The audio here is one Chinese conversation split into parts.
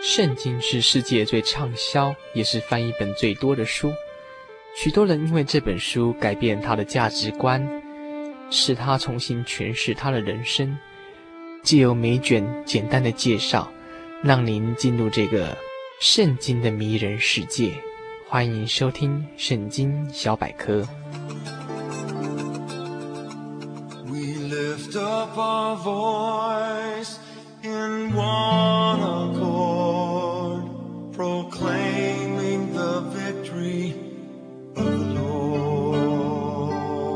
圣经是世界最畅销，也是翻译本最多的书。许多人因为这本书改变他的价值观，使他重新诠释他的人生。藉由每卷简单的介绍，让您进入这个圣经的迷人世界。欢迎收听圣经小百科。 We lift up our voice in one accord, proclaiming the victory of the Lord.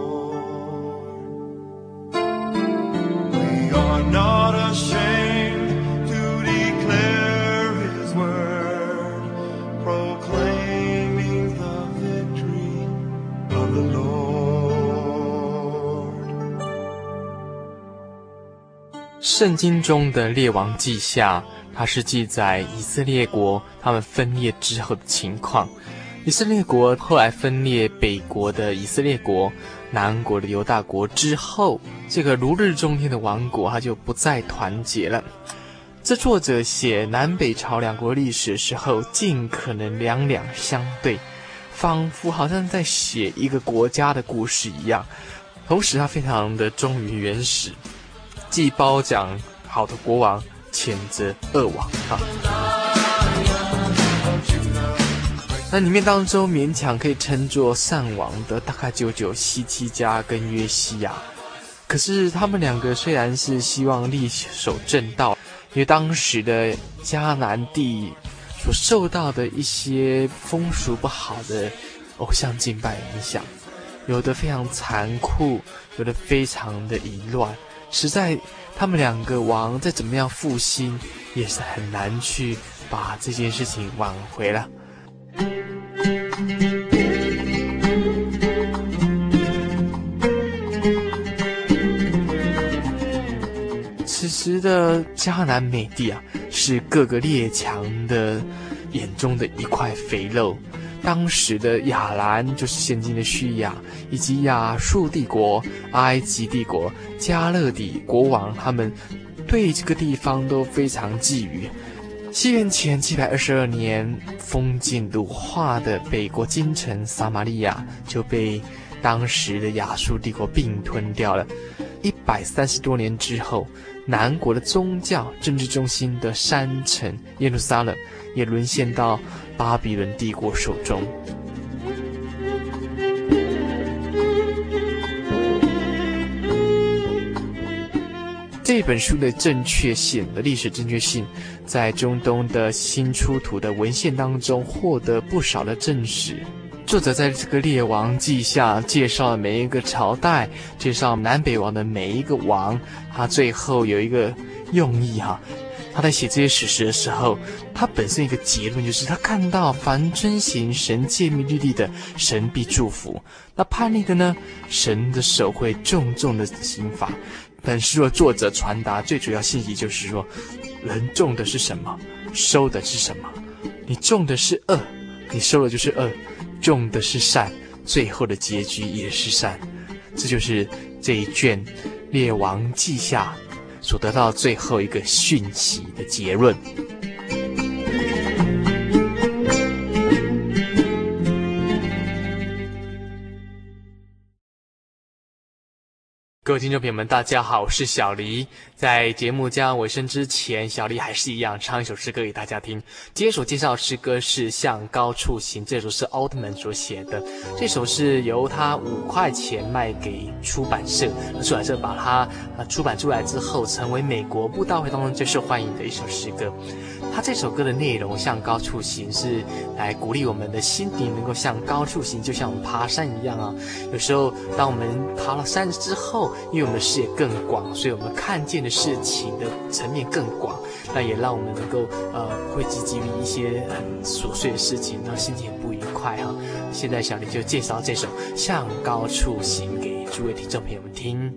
We are not ashamed to declare His word, proclaiming the victory of the Lord. 圣经中的列王记下，它是记载以色列国他们分裂之后的情况。以色列国后来分裂，北国的以色列国、南国的犹大国之后，这个如日中天的王国它就不再团结了。这作者写南北朝两国历史的时候，尽可能两两相对，仿佛好像在写一个国家的故事一样。同时他非常的忠于原始，既褒奖好的国王，谴责恶王啊。那里面当中勉强可以称作善王的大概就希西家跟约西亚。可是他们两个虽然是希望力守正道，因为当时的迦南地所受到的一些风俗不好的偶像敬拜影响，有的非常残酷，有的非常的淫乱，实在他们两个王再怎么样复兴，也是很难去把这件事情挽回了。此时的迦南美地啊，是各个列强的眼中的一块肥肉。当时的亚兰就是现今的叙亚，以及亚述帝国、埃及帝国、加勒底国王，他们对这个地方都非常觊觎。西元前722年，风景如画的北国京城撒玛利亚就被当时的亚述帝国并吞掉了。130多年之后，南国的宗教政治中心的山城耶路撒冷也沦陷到巴比伦帝国手中。这本书的正确性的历史正确性，在中东的新出土的文献当中获得不少的证实。作者在这个列王记下介绍了每一个朝代，介绍南北王的每一个王，他最后有一个用意哈。他在写这些史实的时候，他本身一个结论就是他看到凡遵行神诫命律例的，神必祝福；那叛逆的呢，神的手会重重的刑罚。本书的作者传达最主要信息就是说，人种的是什么，收的是什么。你种的是恶，你收的就是恶；种的是善，最后的结局也是善。这就是这一卷列王记下所得到最后一个讯息的结论。各位听众朋友们，大家好，我是小黎。在节目将尾声之前，小黎还是一样唱一首诗歌给大家听。今天所介绍的诗歌是《向高处行》，这首是奥特曼所写的。这首是由他5块钱卖给出版社，出版社把它出版出来之后，成为美国布道会当中最受欢迎的一首诗歌。他这首歌的内容向高处行，是来鼓励我们的心灵能够向高处行，就像我们爬山一样啊。有时候当我们爬了山之后，因为我们的视野更广，所以我们看见的事情的层面更广，那也让我们能够会积极于一些很琐碎的事情，让心情很不愉快哈。现在小黎就介绍这首《向高处行》给诸位听众朋友们听。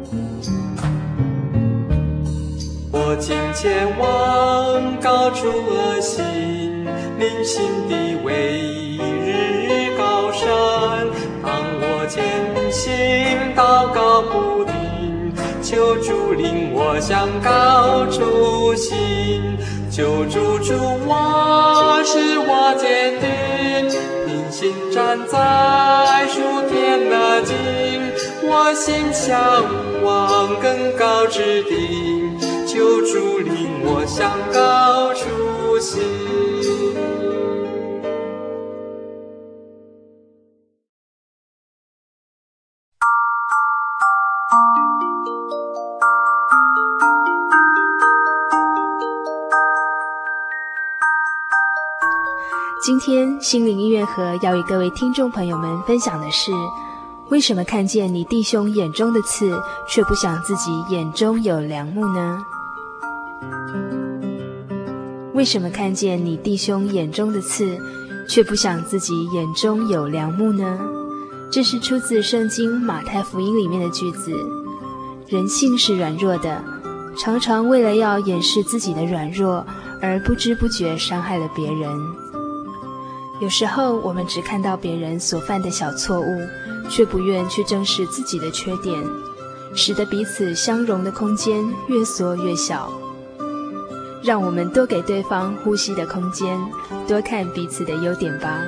我今前往高处而行，临行的为日高山。当我前行祷告不定，求主领我我向高处行。救主主，我是我坚定，平心站在属天的境，我心向往更高之顶，求主领我向高处行。 今天心灵音乐盒要与各位听众朋友们分享的是，为什么看见你弟兄眼中的刺，却不想自己眼中有梁木呢？为什么看见你弟兄眼中的刺，却不想自己眼中有梁木呢？这是出自圣经马太福音里面的句子。人性是软弱的，常常为了要掩饰自己的软弱，而不知不觉伤害了别人。有时候我们只看到别人所犯的小错误，却不愿去正视自己的缺点，使得彼此相容的空间越缩越小。让我们多给对方呼吸的空间，多看彼此的优点吧。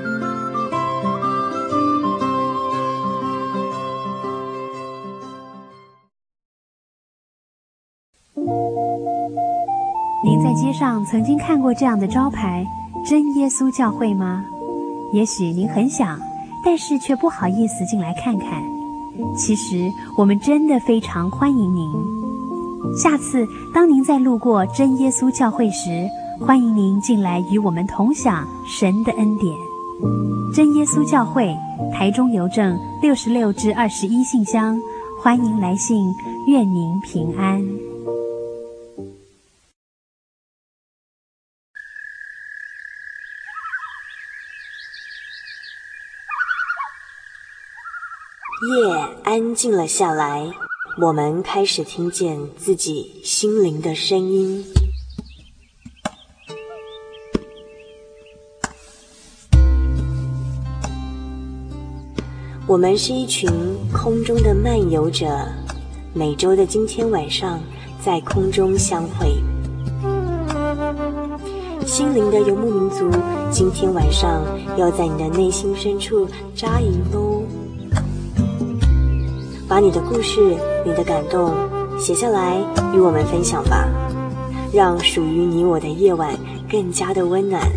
您在街上曾经看过这样的招牌“真耶稣教会”吗？也许您很想，但是却不好意思进来看看。其实我们真的非常欢迎您。下次当您再路过真耶稣教会时，欢迎您进来与我们同享神的恩典。真耶稣教会，台中邮政66-21信箱，欢迎来信，愿您平安。 夜安静了下来，我们开始听见自己心灵的声音。我们是一群空中的漫游者，每周的今天晚上在空中相会。心灵的游牧民族，今天晚上要在你的内心深处扎营喽。把你的故事、你的感动写下来与我们分享吧，让属于你我的夜晚更加的温暖。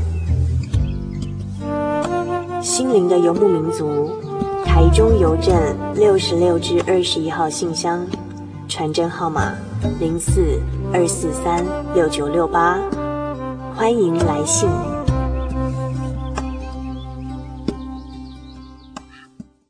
心灵的游牧民族，台中邮政66-21号信箱，传真号码04-243-6968，欢迎来信。